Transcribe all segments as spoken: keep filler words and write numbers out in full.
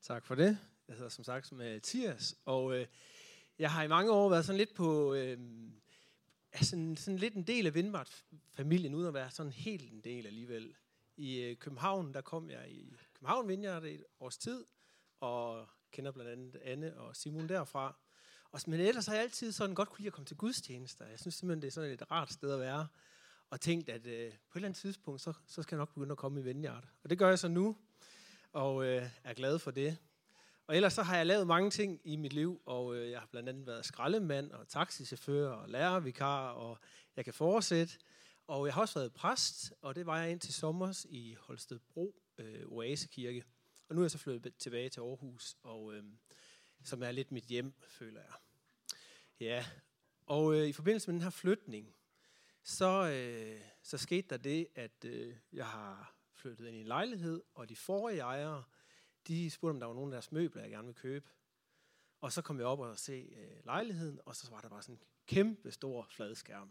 Tak for det. Jeg hedder som sagt Mathias, og øh, jeg har i mange år været sådan lidt på, øh, sådan, sådan lidt en del af Vindmart-familien, uden at være sådan helt en del alligevel. I øh, København, der kom jeg i København Vineyard et års tid, og kender blandt andet Anne og Simon derfra. Og, men ellers har jeg altid sådan godt kunne lide at komme til gudstjenester. Jeg synes simpelthen, det er sådan et rart sted at være. Og tænkt, at øh, på et eller andet tidspunkt, så, så skal jeg nok begynde at komme i Vineyard. Og det gør jeg så nu, og øh, er glad for det. Og ellers så har jeg lavet mange ting i mit liv, og øh, jeg har blandt andet været skraldemand og taxichauffør og lærervikar, og jeg kan fortsætte. Og jeg har også været præst, og det var jeg indtil sommers i Holstebro øh, Oasekirke. Og nu er jeg så flyttet tilbage til Aarhus, og, øh, som er lidt mit hjem, føler jeg. Ja, og øh, i forbindelse med den her flytning, så, øh, så skete der det, at øh, jeg har flyttet ind i en lejlighed, og de forrige ejere, de spurgte, om der var nogle af deres møbler, jeg gerne ville købe. Og så kom jeg op og se øh, lejligheden, og så var der bare sådan en kæmpe stor fladskærm.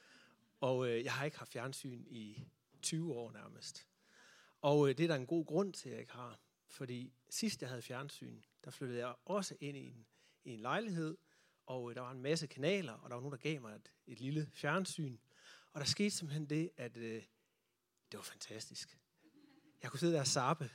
Og øh, jeg har ikke haft fjernsyn i tyve år nærmest. Og øh, det er der en god grund til, at jeg ikke har. Fordi sidst jeg havde fjernsyn, der flyttede jeg også ind i en, i en lejlighed, og øh, der var en masse kanaler, og der var nogen, der gav mig et, et lille fjernsyn. Og der skete simpelthen det, at øh, det var fantastisk. Jeg kunne sidde der og zappe.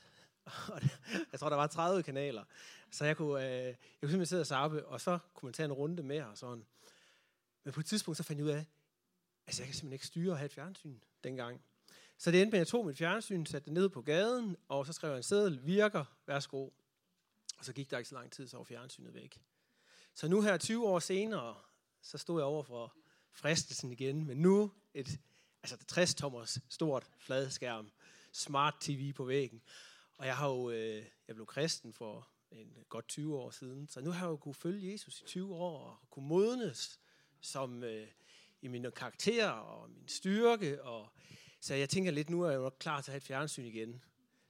Jeg tror, der var tredive kanaler. Så jeg kunne, øh, jeg kunne simpelthen sidde og zappe, og så kunne man tage en runde mere og sådan. Men på et tidspunkt, så fandt jeg ud af, altså jeg kan simpelthen ikke styre at have et fjernsyn dengang. Så det endte med, at jeg tog mit fjernsyn, satte det ned på gaden, og så skrev jeg en seddel, virker, værsgo. Og så gik der ikke så lang tid, så var fjernsynet væk. Så nu her tyve år senere, så stod jeg over for fristelsen igen, men nu et altså tres tommers stort fladskærm, smart tv på væggen. Og jeg har jo, øh, jeg blev kristen for en godt tyve år siden, så nu har jeg jo kunne følge Jesus i tyve år, og kunne modnes som øh, i mine karakterer og min styrke. Og, så jeg tænker lidt, nu er jeg jo nok klar til at have et fjernsyn igen.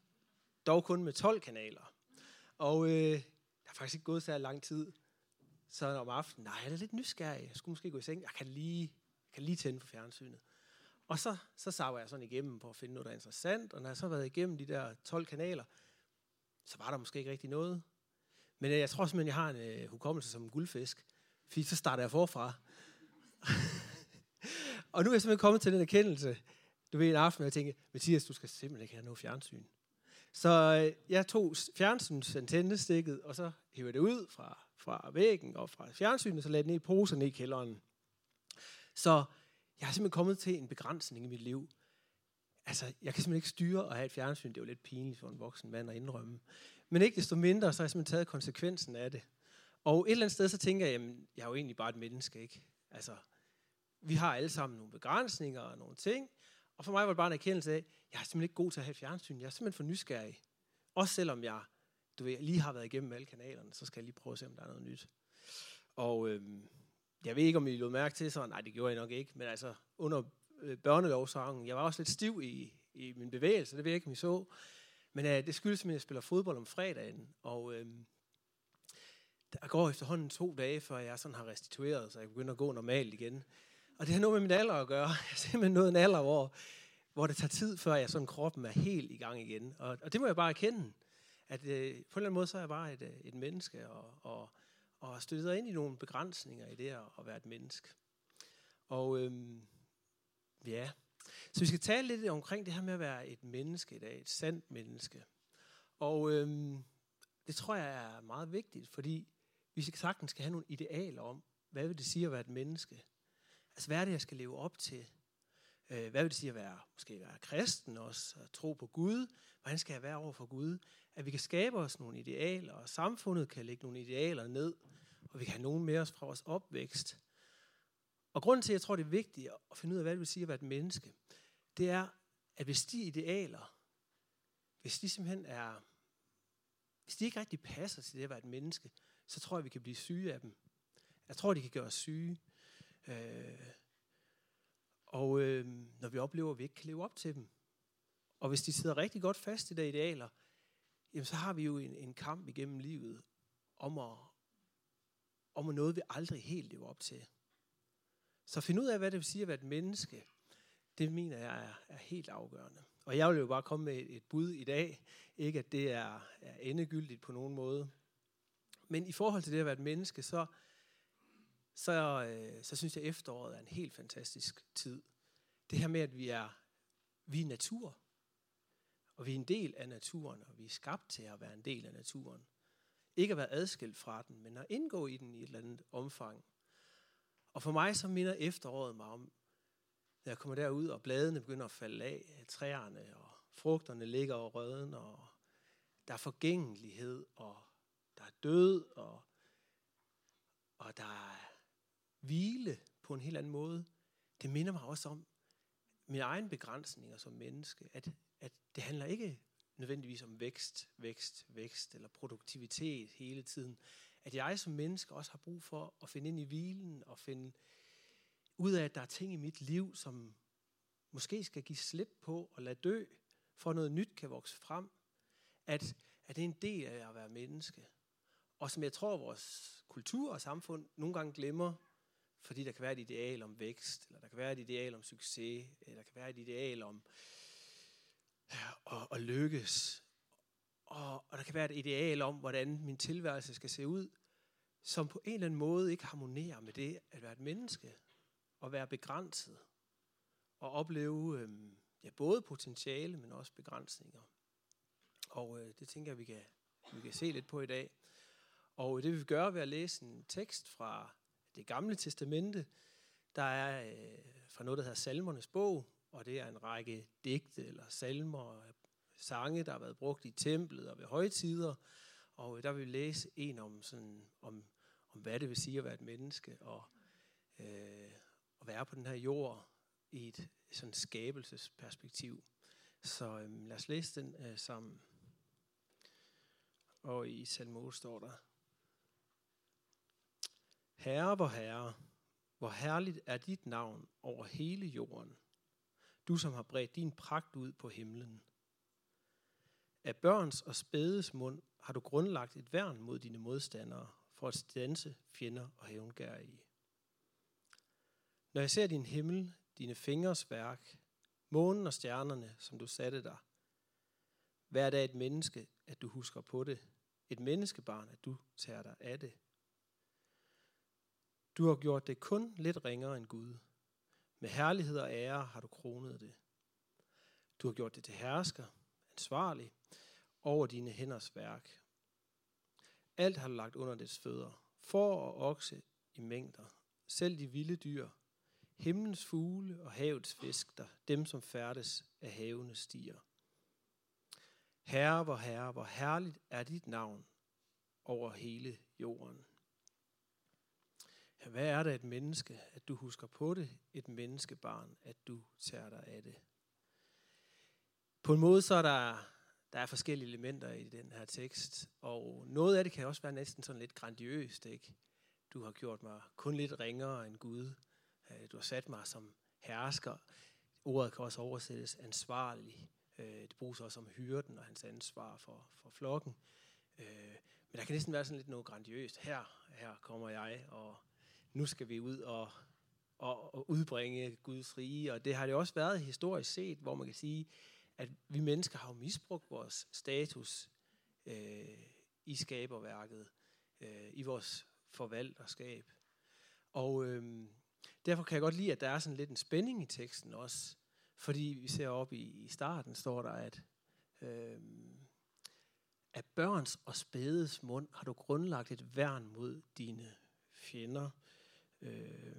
Dog kun med tolv kanaler. Og øh, der har faktisk ikke gået så lang tid. Så om aftenen, nej, jeg er lidt nysgerrig. Jeg skulle måske gå i seng. Jeg kan lige, jeg kan lige tænde for fjernsynet. Og så, så savede jeg sådan igennem på at finde noget, der er interessant. Og når jeg så har været igennem de der tolv kanaler, så var der måske ikke rigtig noget. Men jeg tror simpelthen, jeg har en uh, hukommelse som en guldfisk. Fordi så starter jeg forfra. Og nu er jeg simpelthen kommet til den erkendelse. Du ved, en aften, jeg tænkte, Mathias, du skal simpelthen ikke have noget fjernsyn. Så uh, jeg tog fjernsynsantænnestikket, og så hævde det ud fra, fra væggen og fra fjernsynet, så lagde det ned i posen ned i kælderen. Så jeg har simpelthen kommet til en begrænsning i mit liv. Altså, jeg kan simpelthen ikke styre at have et fjernsyn. Det er jo lidt pinligt for en voksen mand at indrømme. Men ikke desto mindre, så har jeg simpelthen taget konsekvensen af det. Og et eller andet sted, så tænker jeg, jamen, jeg er jo egentlig bare et menneske, ikke? Altså, vi har alle sammen nogle begrænsninger og nogle ting. Og for mig var det bare en erkendelse af, jeg er simpelthen ikke god til at have et fjernsyn. Jeg er simpelthen for nysgerrig. Også selvom jeg, du ved, lige har været igennem alle kanalerne, så skal jeg lige prøve at se, om der er noget nyt. Og øhm, jeg ved ikke, om I lod mærke til sådan, nej, det gjorde jeg nok ikke, men altså under øh, børnelovsangen, jeg var også lidt stiv i, i min bevægelse, det ved jeg ikke, om I så. Men øh, det skyldes, at jeg spiller fodbold om fredagen, og øh, der går efterhånden to dage, før jeg sådan har restitueret, så jeg begynder at gå normalt igen. Og det har noget med min alder at gøre. Jeg har simpelthen nået en alder, hvor, hvor det tager tid, før jeg sådan kroppen er helt i gang igen. Og, og det må jeg bare erkende, at øh, på en eller anden måde, så er jeg bare et, et menneske, og, og og har støttet ind i nogle begrænsninger i det at være et menneske. Og øhm, ja, så vi skal tale lidt omkring det her med at være et menneske i dag, et sandt menneske. Og øhm, det tror jeg er meget vigtigt, fordi vi sagtens skal have nogle idealer om, hvad vil det sige at være et menneske? Altså, hvad er det, jeg skal leve op til? Øh, hvad vil det sige at være, måske være kristen også, at tro på Gud? Hvordan skal jeg være over for Gud? At vi kan skabe os nogle idealer, og samfundet kan lægge nogle idealer ned, og vi kan have nogen med os fra vores opvækst. Og grunden til, at jeg tror, det er vigtigt at finde ud af, hvad det vil sige at være et menneske, det er, at hvis de idealer, hvis de simpelthen er, hvis de ikke rigtig passer til det at være et menneske, så tror jeg, vi kan blive syge af dem. Jeg tror, de kan gøre os syge. Øh, og øh, når vi oplever, at vi ikke kan leve op til dem, og hvis de sidder rigtig godt fast i de idealer, jamen så har vi jo en, en kamp igennem livet om at, om at noget, vi aldrig helt lever op til. Så find ud af, hvad det vil sige at være et menneske. Det mener jeg er, er helt afgørende. Og jeg vil jo bare komme med et, et bud i dag. Ikke at det er, er endegyldigt på nogen måde. Men i forhold til det at være et menneske, så, så, øh, så synes jeg, at efteråret er en helt fantastisk tid. Det her med, at vi er, vi er natur. Og vi er en del af naturen, og vi er skabt til at være en del af naturen. Ikke at være adskilt fra den, men at indgå i den i et eller andet omfang. Og for mig så minder efteråret mig om, når jeg kommer derud, og bladene begynder at falde af, træerne, og frugterne ligger over røden, og der er forgængelighed, og der er død, og, og der er hvile på en helt anden måde. Det minder mig også om mine egne begrænsninger som menneske, at, at det handler ikke nødvendigvis om vækst, vækst, vækst, eller produktivitet hele tiden. At jeg som menneske også har brug for at finde ind i hvilen, og finde ud af, at der er ting i mit liv, som måske skal give slip på og lade dø, for noget nyt kan vokse frem. At, at det er en del af at være menneske. Og som jeg tror, vores kultur og samfund nogle gange glemmer, fordi der kan være et ideal om vækst, eller der kan være et ideal om succes, eller der kan være et ideal om at, at lykkes. Og, og der kan være et ideal om, hvordan min tilværelse skal se ud, som på en eller anden måde ikke harmonerer med det at være et menneske, og være begrænset, og opleve øhm, ja, både potentiale, men også begrænsninger. Og øh, det tænker jeg, vi kan, vi kan se lidt på i dag. Og det vil vi gøre ved at læse en tekst fra Det Gamle Testamente. Der er øh, fra noget, der hedder Salmernes bog, og det er en række digte eller salmer, sange, der har været brugt i templet og ved højtider. Og der vil vi læse en om, sådan, om, om hvad det vil sige at være et menneske, og øh, at være på den her jord i et sådan skabelsesperspektiv. Så øh, lad os læse den øh, sammen. Og i salme står der: Herre, vor Herre, hvor herligt er dit navn over hele jorden, du som har bredt din pragt ud på himlen. Af børns og spædes mund har du grundlagt et værn mod dine modstandere, for at standse fjender og hævngerrige. Når jeg ser din himmel, dine fingres værk, månen og stjernerne, som du satte der, hver dag et menneske, at du husker på det, et menneskebarn, at du tager dig af det. Du har gjort det kun lidt ringere end Gud. Med herlighed og ære har du kronet det. Du har gjort det til hersker, ansvarlig, over dine hænders værk. Alt har du lagt under dets fødder, får og okse i mængder, selv de vilde dyr, himlens fugle og havets fisk, der dem som færdes af havene stiger. Herre, vor Herre, hvor herligt er dit navn over hele jorden. Ja, hvad er det et menneske, at du husker på det, et menneskebarn, at du tager dig af det? På en måde så er der, der er forskellige elementer i den her tekst, og noget af det kan også være næsten sådan lidt grandiøst, ikke? Du har gjort mig kun lidt ringere end Gud. Du har sat mig som hersker. Ordet kan også oversættes ansvarlig. Det bruges også om hyrden og hans ansvar for, for flokken. Men der kan næsten være sådan lidt noget grandiøst. Her, her kommer jeg, og nu skal vi ud og, og, og udbringe Guds rige. Og det har det også været historisk set, hvor man kan sige, at vi mennesker har jo misbrugt vores status øh, i skaberværket, øh, i vores forvalterskab. Og øh, derfor kan jeg godt lide, at der er sådan lidt en spænding i teksten også. Fordi vi ser op i, i starten, står der, at øh, af børns og spædes mund har du grundlagt et værn mod dine fjender, øh,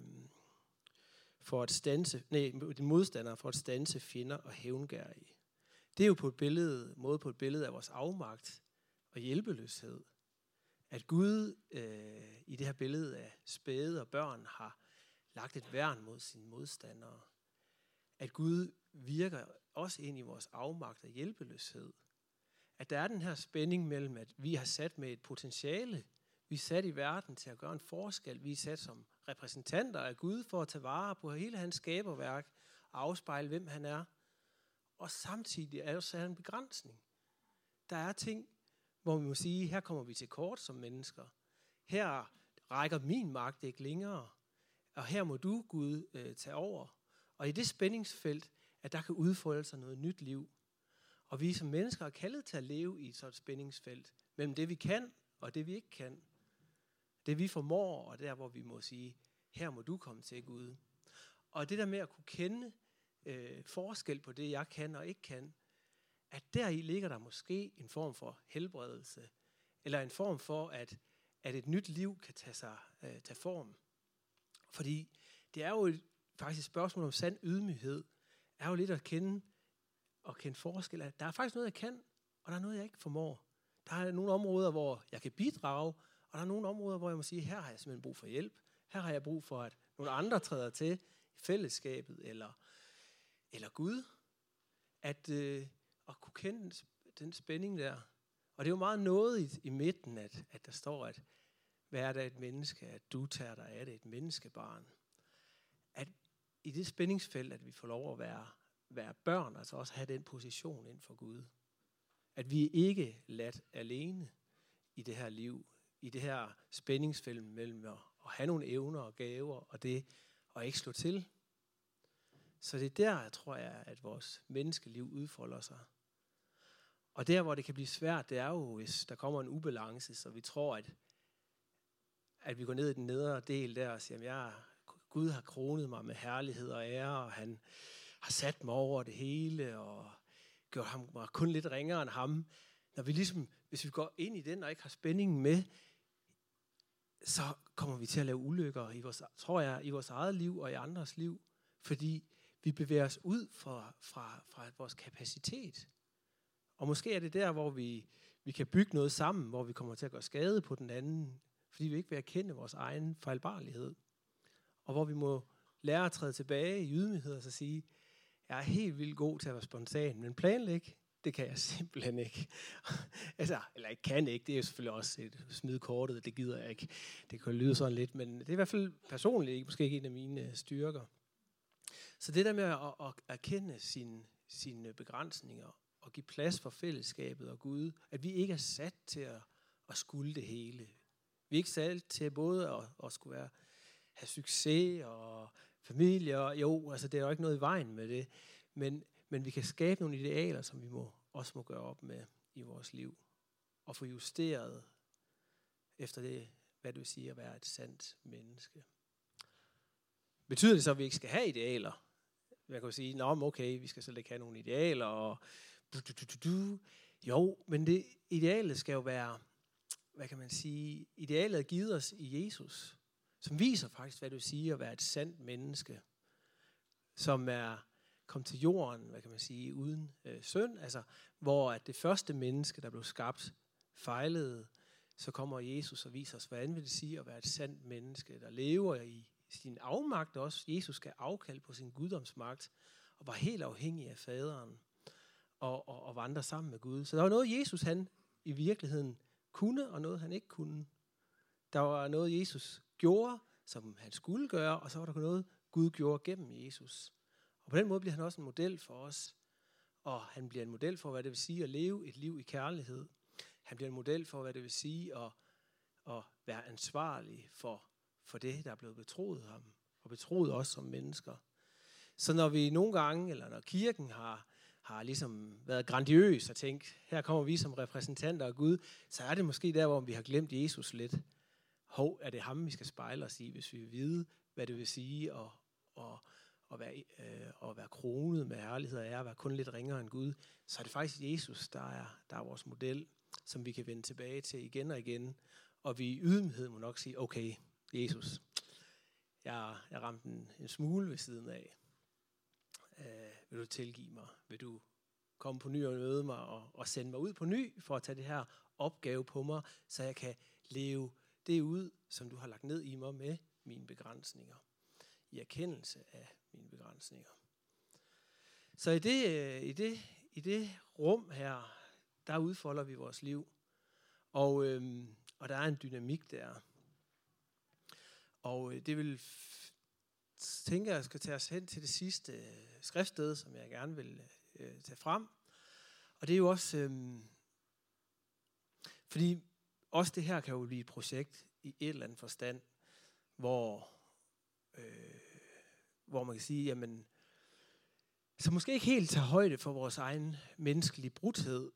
for at standse, nej, dine modstandere, for at standse fjender og hævngerrige. Det er jo på et billede, måde på et billede af vores afmagt og hjælpeløshed. At Gud øh, i det her billede af spæde og børn har lagt et værn mod sine modstandere. At Gud virker også ind i vores afmagt og hjælpeløshed. At der er den her spænding mellem, at vi har sat med et potentiale. Vi er sat i verden til at gøre en forskel. Vi er sat som repræsentanter af Gud for at tage vare på hele hans skaberværk og afspejle, hvem han er. Og samtidig er der så en begrænsning. Der er ting, hvor vi må sige, her kommer vi til kort som mennesker. Her rækker min magt ikke længere. Og her må du, Gud, øh, tage over. Og i det spændingsfelt, at der kan udfolde sig noget nyt liv. Og vi som mennesker er kaldet til at leve i et sådan spændingsfelt mellem det, vi kan, og det, vi ikke kan. Det, vi formår, og der, hvor vi må sige, her må du komme til, Gud. Og det der med at kunne kende øh, forskel på det, jeg kan og ikke kan, at deri ligger der måske en form for helbredelse, eller en form for, at, at et nyt liv kan tage, sig, øh, tage form. Fordi det er jo et, faktisk et spørgsmål om sand ydmyghed, er jo lidt at kende og kende forskel. At der er faktisk noget, jeg kan, og der er noget, jeg ikke formår. Der er nogle områder, hvor jeg kan bidrage, og der er nogle områder, hvor jeg må sige, her har jeg simpelthen brug for hjælp. Her har jeg brug for, at nogle andre træder til i fællesskabet, eller, eller Gud. At, øh, at kunne kende den, den spænding der. Og det er jo meget noget i, i midten, at, at der står, at hvad er der et menneske, at du tager dig af det, et menneskebarn. At i det spændingsfelt, at vi får lov at være, være børn, altså også have den position inden for Gud. At vi ikke er ladt alene i det her liv, i det her spændingsfelt mellem at, at have nogle evner og gaver, og det at ikke slå til. Så det er der, tror jeg, at vores menneskeliv udfolder sig. Og der, hvor det kan blive svært, det er jo, hvis der kommer en ubalance, så vi tror, at, at vi går ned i den nedre del der og siger, at jeg, Gud har kronet mig med herlighed og ære, og han har sat mig over det hele, og gjort ham mig kun lidt ringere end ham. Når vi ligesom, hvis vi går ind i den og ikke har spændingen med, så kommer vi til at lave ulykker i vores, tror jeg, i vores eget liv og i andres liv, fordi vi bevæger os ud fra, fra, fra vores kapacitet. Og måske er det der, hvor vi, vi kan bygge noget sammen, hvor vi kommer til at gøre skade på den anden, fordi vi ikke vil erkende vores egen fejlbarlighed. Og hvor vi må lære at træde tilbage i ydmyghed og så sige, jeg er helt vildt god til at være spontan, men planlæg, det kan jeg simpelthen ikke. altså, eller jeg kan ikke, det er jo selvfølgelig også et smide kortet, det gider jeg ikke. Det kan lyde sådan lidt, men det er i hvert fald personligt ikke, måske ikke en af mine styrker. Så det der med at, at erkende sine, sine begrænsninger, og give plads for fællesskabet og Gud, at vi ikke er sat til at, at skulle det hele. Vi er ikke sat til både at, at skulle være, have succes og familie, og jo, altså det er jo ikke noget i vejen med det, men, men vi kan skabe nogle idealer, som vi må, også må gøre op med i vores liv, og få justeret efter det, hvad det vil sige at være et sandt menneske. Betyder det så, at vi ikke skal have idealer? Jeg kan jo sige, nå, okay, vi skal så ikke have nogle idealer, og du, du, du, du, du. Jo, men det idealet skal jo være, hvad kan man sige, idealet er givet os i Jesus, som viser faktisk, hvad det vil sige at være et sandt menneske, som er kommet til jorden, hvad kan man sige, uden øh, synd, altså hvor at det første menneske, der blev skabt, fejlede, så kommer Jesus og viser os, hvordan vil det sige at være et sandt menneske, der lever i sin afmagt også. Jesus skal afkalde på sin guddomsmagt, og var helt afhængig af faderen, og, og, og vandre sammen med Gud. Så der var noget, Jesus han i virkeligheden kunne, og noget, han ikke kunne. Der var noget, Jesus gjorde, som han skulle gøre, og så var der noget, Gud gjorde gennem Jesus. Og på den måde bliver han også en model for os. Og han bliver en model for, hvad det vil sige at leve et liv i kærlighed. Han bliver en model for, hvad det vil sige at, at være ansvarlig for, for det, der er blevet betroet ham. Og betroet os som mennesker. Så når vi nogle gange, eller når kirken har, har ligesom været grandiøs og tænkt, her kommer vi som repræsentanter af Gud, så er det måske der, hvor vi har glemt Jesus lidt. Hov, er det ham, vi skal spejle os i, hvis vi vil vide, hvad det vil sige at, at, at, være, øh, at være kronet med herlighed og ære, at være kun lidt ringere end Gud, så er det faktisk Jesus, der er, der er vores model, som vi kan vende tilbage til igen og igen. Og vi i ydmyghed må nok sige, okay, Jesus, jeg, jeg ramte en, en smule ved siden af. Øh, vil du tilgive mig? Vil du komme på ny og møde mig og, og sende mig ud på ny for at tage det her opgave på mig, så jeg kan leve det ud, som du har lagt ned i mig med mine begrænsninger. I erkendelse af mine begrænsninger. Så i det, i det, i det rum her, der udfolder vi vores liv. Og, øhm, og der er en dynamik der. Og det vil tænke, at jeg skal tage os hen til det sidste skriftsted, som jeg gerne vil øh, tage frem. Og det er jo også, øhm, fordi også det her kan jo blive et projekt i et eller andet forstand, hvor, øh, hvor man kan sige, jamen, Så måske ikke helt tager højde for vores egen menneskelige brudhed,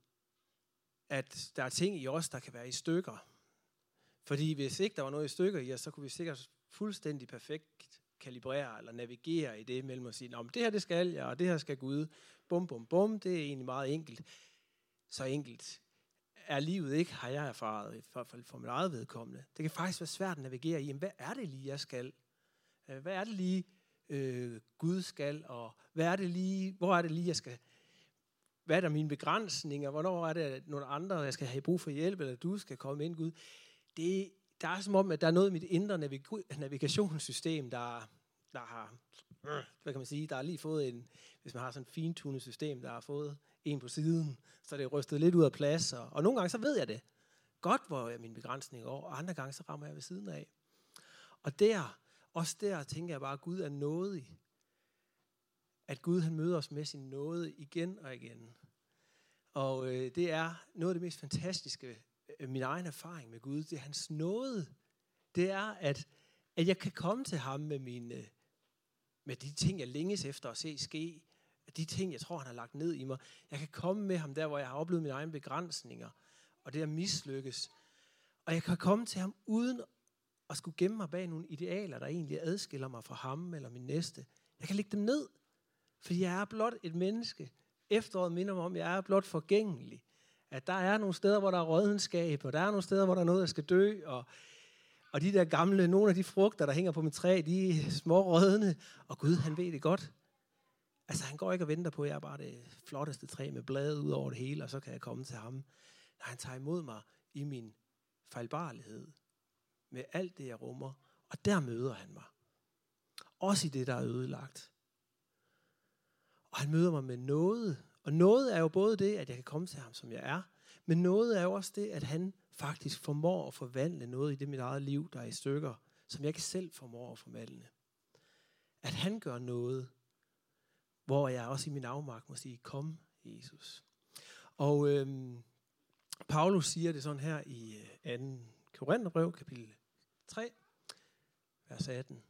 at der er ting i os, der kan være i stykker. Fordi hvis ikke der var noget i stykker i os, så kunne vi sikkert fuldstændig perfekt kalibrere eller navigere i det mellem at sige, at det her det skal jeg, og det her skal Gud. Bum, bum, bum. Det er egentlig meget enkelt. Så enkelt er livet ikke, har jeg erfaret, i hvert fald for mit eget vedkommende. Det kan faktisk være svært at navigere i, hvad er det lige, jeg skal? Hvad er det lige, øh, Gud skal? Og hvad er det lige, hvor er det lige, jeg skal? Hvad er der mine begrænsninger? Hvornår er det nogle andre, jeg skal have brug for hjælp, eller du skal komme ind, Gud? Det, der er som om, at der er noget i mit indre navig- navigationssystem, der, der har, hvad kan man sige, der har lige fået en, hvis man har sådan et fintunet system, der har fået en på siden, så det er rystet lidt ud af plads. Og, og nogle gange så ved jeg det godt, hvor er mine begrænsninger over, og andre gange så rammer jeg ved siden af. Og der, også der tænker jeg bare, at Gud er nådig. At Gud han møder os med sin nåde igen og igen. Og øh, det er noget af det mest fantastiske, øh, min egen erfaring med Gud, det er hans nåde. Det er, at, at jeg kan komme til ham med, mine, med de ting, jeg længes efter at se ske. De ting, jeg tror, han har lagt ned i mig. Jeg kan komme med ham der, hvor jeg har oplevet mine egne begrænsninger, og det at mislykkes. Og jeg kan komme til ham uden at skulle gemme mig bag nogle idealer, der egentlig adskiller mig fra ham eller min næste. Jeg kan lægge dem ned, fordi jeg er blot et menneske. Efteråret minder mig om, at jeg er blot forgængelig. At der er nogle steder, hvor der er rådenskab, og der er nogle steder, hvor der er noget, der skal dø, og, og de der gamle, nogle af de frugter, der hænger på mit træ, de er små rødne, og Gud, han ved det godt. Altså, han går ikke og venter på, at jeg er bare det flotteste træ med blade ud over det hele, og så kan jeg komme til ham. Når han tager imod mig i min fejlbarlighed, med alt det, jeg rummer, og der møder han mig. Også i det, der er ødelagt. Og han møder mig med noget. Og noget er jo både det, at jeg kan komme til ham, som jeg er, men noget er jo også det, at han faktisk formår at forvandle noget i det mit eget liv, der er i stykker, som jeg ikke selv formår at forvandle. At han gør noget, hvor jeg også i min afmagt må sige, kom, Jesus. Og øhm, Paulus siger det sådan her i anden Korintherbrev, kapitel tre, vers atten,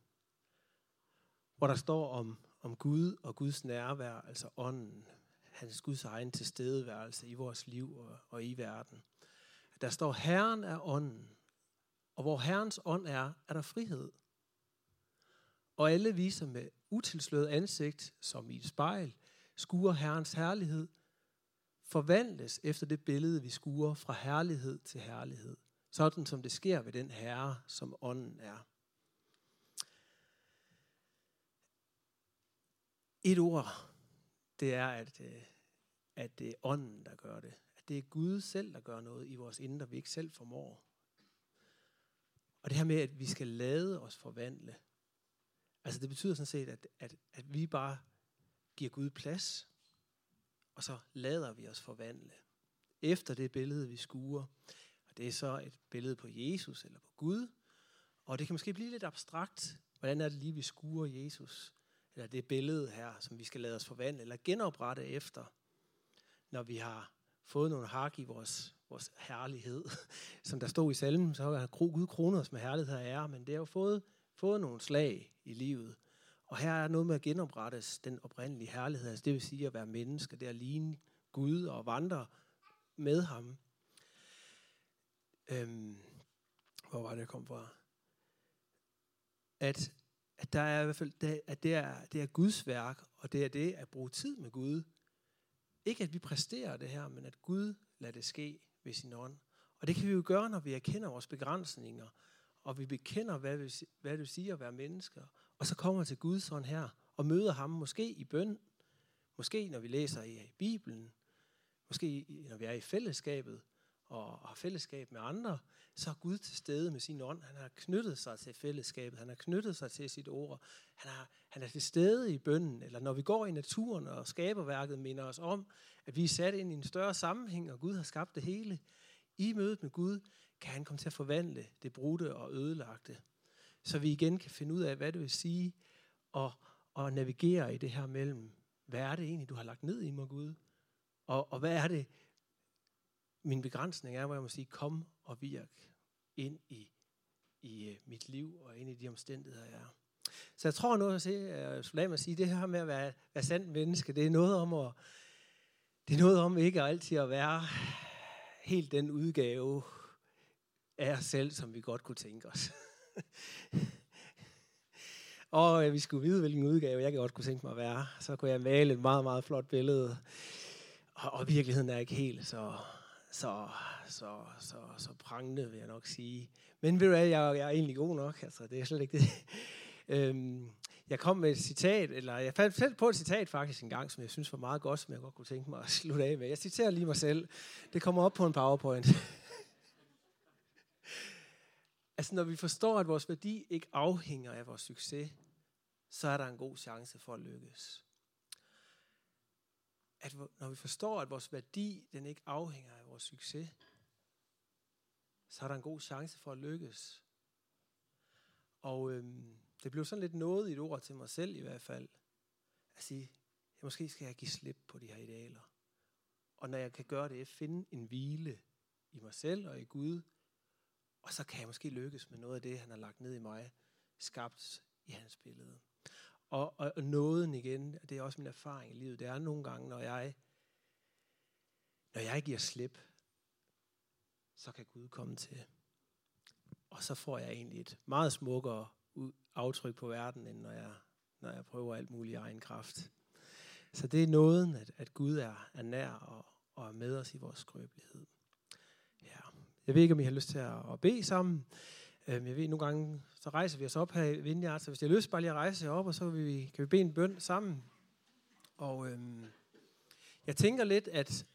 hvor der står om, om Gud og Guds nærvær, altså ånden, hans Guds egen tilstedeværelse i vores liv og, og i verden. Der står, Herren er ånden, og hvor Herrens ånd er, er der frihed. Og alle viser med utilsløret ansigt, som i et spejl, skuer Herrens herlighed, forvandles efter det billede, vi skuer fra herlighed til herlighed, sådan som det sker ved den Herre, som ånden er. Et ord, det er, at, at det er ånden, der gør det. At det er Gud selv, der gør noget i vores indre, vi ikke selv formår. Og det her med, at vi skal lade os forvandle. Altså det betyder sådan set, at, at, at vi bare giver Gud plads, og så lader vi os forvandle. Efter det billede, vi skuer. Og det er så et billede på Jesus eller på Gud. Og det kan måske blive lidt abstrakt. Hvordan er det lige, vi skuer Jesus? Eller det billede her, som vi skal lade os forvandle, eller genoprette efter, når vi har fået nogle hak i vores, vores herlighed. Som der stod i salmen, så har Gud kronet os med herlighed og ære, men det har jo fået, fået nogle slag i livet. Og her er noget med at genoprettes den oprindelige herlighed, altså det vil sige at være menneske, det at ligne Gud og vandre med ham. Øhm, hvor var det, jeg kom fra? At At der er i hvert fald det, at det er, det er Guds værk, og det er det at bruge tid med Gud. Ikke at vi præsterer det her, men at Gud lader det ske ved sin ånd. Og det kan vi jo gøre, når vi erkender vores begrænsninger, og vi bekender, hvad, vi, hvad det vil sige at være mennesker. Og så kommer til Gud sådan her, og møder ham måske i bøn, måske når vi læser i Bibelen, måske når vi er i fællesskabet, og har fællesskab med andre, så er Gud til stede med sin ånd. Han har knyttet sig til fællesskabet, han har knyttet sig til sit ord. Han er, han er til stede i bønnen, eller når vi går i naturen, og skaberværket minder os om, at vi er sat ind i en større sammenhæng, og Gud har skabt det hele. I mødet med Gud kan han komme til at forvandle det brudte og ødelagte, så vi igen kan finde ud af, hvad det vil sige, og, og navigere i det her mellem, hvad er det egentlig, du har lagt ned i mig, Gud? Og, og hvad er det, min begrænsning er, hvor jeg må sige, kom og virk ind i, i mit liv og ind i de omstændigheder, jeg er. Så jeg tror noget at se, jeg skulle lade mig sige, det her med at være, være sandt menneske, det er noget om at, det er noget om ikke altid at være helt den udgave af os selv, som vi godt kunne tænke os. Og øh, vi skulle vide, hvilken udgave jeg godt kunne tænke mig at være. Så kunne jeg male et meget, meget flot billede. Og, og virkeligheden er ikke helt så, så, så, så, så prangende, vil jeg nok sige. Men ved du hvad, jeg, jeg er egentlig god nok. Altså, det er slet ikke det. øhm, jeg kom med et citat, eller jeg fandt selv på et citat faktisk en gang, som jeg synes var meget godt, som jeg godt kunne tænke mig at slutte af med. Jeg citerer lige mig selv. Det kommer op på en PowerPoint. Altså, når vi forstår, at vores værdi ikke afhænger af vores succes, så er der en god chance for at lykkes. At når vi forstår, at vores værdi den ikke afhænger af vores succes, så er der en god chance for at lykkes. Og øhm, det blev sådan lidt noget i et ord til mig selv i hvert fald. At sige, ja, måske skal jeg give slip på de her idealer. Og når jeg kan gøre det, finde en hvile i mig selv og i Gud, og så kan jeg måske lykkes med noget af det, han har lagt ned i mig, skabt i hans billede. Og, og, og nåden igen, det er også min erfaring i livet, det er nogle gange, når jeg, når jeg giver slip, så kan Gud komme til. Og så får jeg egentlig et meget smukkere aftryk på verden, end når jeg, når jeg prøver alt muligt i egen kraft. Så det er nåden, at, at Gud er, er nær og, og er med os i vores skrøbelighed. Ja. Jeg ved ikke, om I har lyst til at, at bede sammen. Jeg ved, nogle gange, så rejser vi os op her i Vineyard, så hvis jeg har lyst bare lige at rejse jer op, og så kan vi, kan vi bede en bøn sammen. Og øhm, jeg tænker lidt, at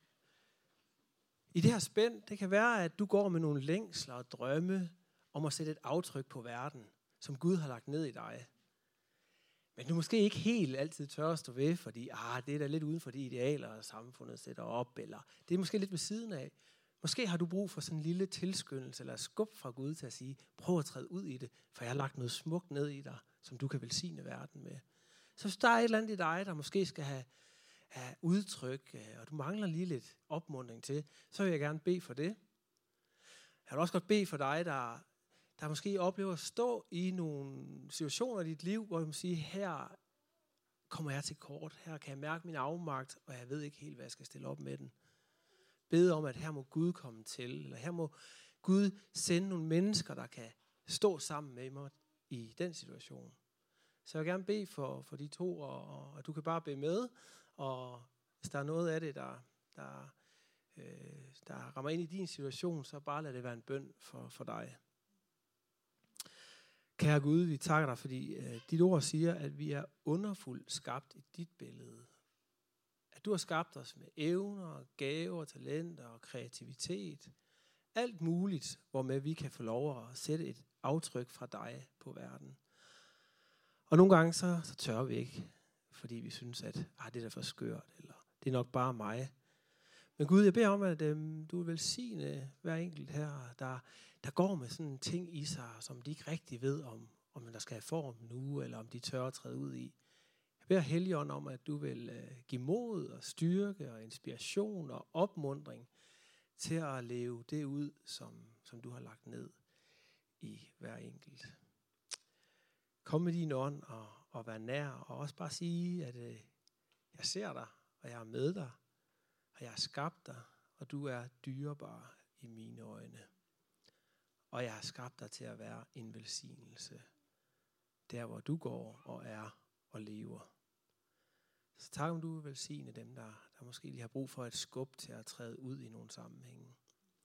i det her spænd, det kan være, at du går med nogle længsler og drømme om at sætte et aftryk på verden, som Gud har lagt ned i dig. Men du måske ikke helt altid tør at stå ved, fordi ah, det er da lidt uden for de idealer, samfundet sætter op, eller det er måske lidt ved siden af. Måske har du brug for sådan en lille tilskyndelse eller skub fra Gud til at sige, prøv at træde ud i det, for jeg har lagt noget smukt ned i dig, som du kan velsigne verden med. Så hvis der er et eller andet i dig, der måske skal have, have udtryk, og du mangler lige lidt opmuntring til, så vil jeg gerne bede for det. Jeg vil også godt bede for dig, der, der måske oplever at stå i nogle situationer i dit liv, hvor du må sige, her kommer jeg til kort, her kan jeg mærke min afmagt, og jeg ved ikke helt, hvad jeg skal stille op med den. Bede om, at her må Gud komme til, eller her må Gud sende nogle mennesker, der kan stå sammen med mig i den situation. Så jeg vil gerne bede for, for de to, og, og du kan bare bede med, og hvis der er noget af det, der, der, øh, der rammer ind i din situation, så bare lad det være en bøn for, for dig. Kære Gud, vi takker dig, fordi øh, dit ord siger, at vi er underfuldt skabt i dit billede. At du har skabt os med evner, gaver, talenter og kreativitet. Alt muligt, hvormed vi kan få lov at sætte et aftryk fra dig på verden. Og nogle gange så, så tør vi ikke, fordi vi synes, at ah, det er da for skørt, eller det er nok bare mig. Men Gud, jeg beder om, at øhm, du vil velsigne hver enkelt her, der, der går med sådan en ting i sig, som de ikke rigtig ved, om, om der skal have form nu, eller om de tør at træde ud i. Jeg beder Helligånd om, at du vil øh, give mod og styrke og inspiration og opmuntring til at leve det ud, som, som du har lagt ned i hver enkelt. Kom med din ånd og, og vær nær, og også bare sige, at øh, jeg ser dig, og jeg er med dig, og jeg har skabt dig, og du er dyrebar i mine øjne. Og jeg har skabt dig til at være en velsignelse, der hvor du går og er og lever. Så tak om du vil velsigne dem, der, der måske lige har brug for et skub til at træde ud i nogle sammenhænge.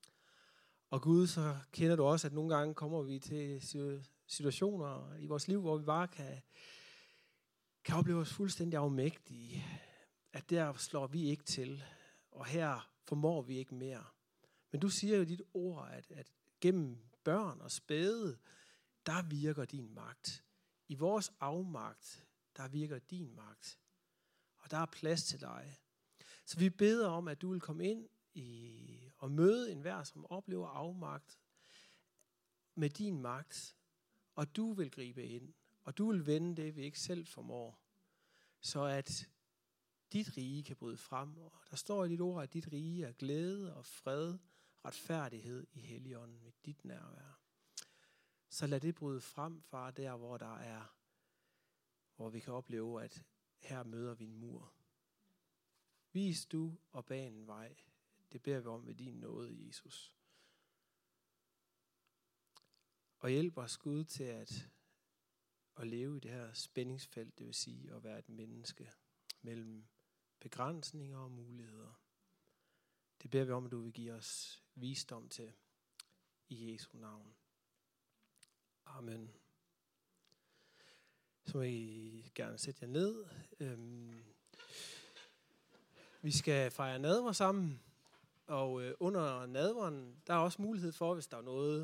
Og Gud, så kender du også, at nogle gange kommer vi til situationer i vores liv, hvor vi bare kan, kan opleve os fuldstændig afmægtige. At der slår vi ikke til, og her formår vi ikke mere. Men du siger jo i dit ord, at, at gennem børn og spæde, der virker din magt. I vores afmagt, der virker din magt. Og der er plads til dig. Så vi beder om, at du vil komme ind i, og møde enhver, som oplever afmagt med din magt. Og du vil gribe ind. Og du vil vende det, vi ikke selv formår. Så at dit rige kan bryde frem. Og der står i dit ord, at dit rige er glæde og fred, retfærdighed i Helligånden med dit nærvær. Så lad det bryde frem, far, der hvor der er hvor vi kan opleve, at her møder vi en mur. Vis du og ban en vej. Det beder vi om ved din nåde, Jesus. Og hjælp os, Gud, til at, at leve i det her spændingsfelt, det vil sige at være et menneske mellem begrænsninger og muligheder. Det beder vi om, at du vil give os visdom til i Jesu navn. Amen. Så må I gerne sætte jer ned. Øhm, vi skal fejre nadver sammen, og øh, under nadveren, der er også mulighed for, hvis der er noget,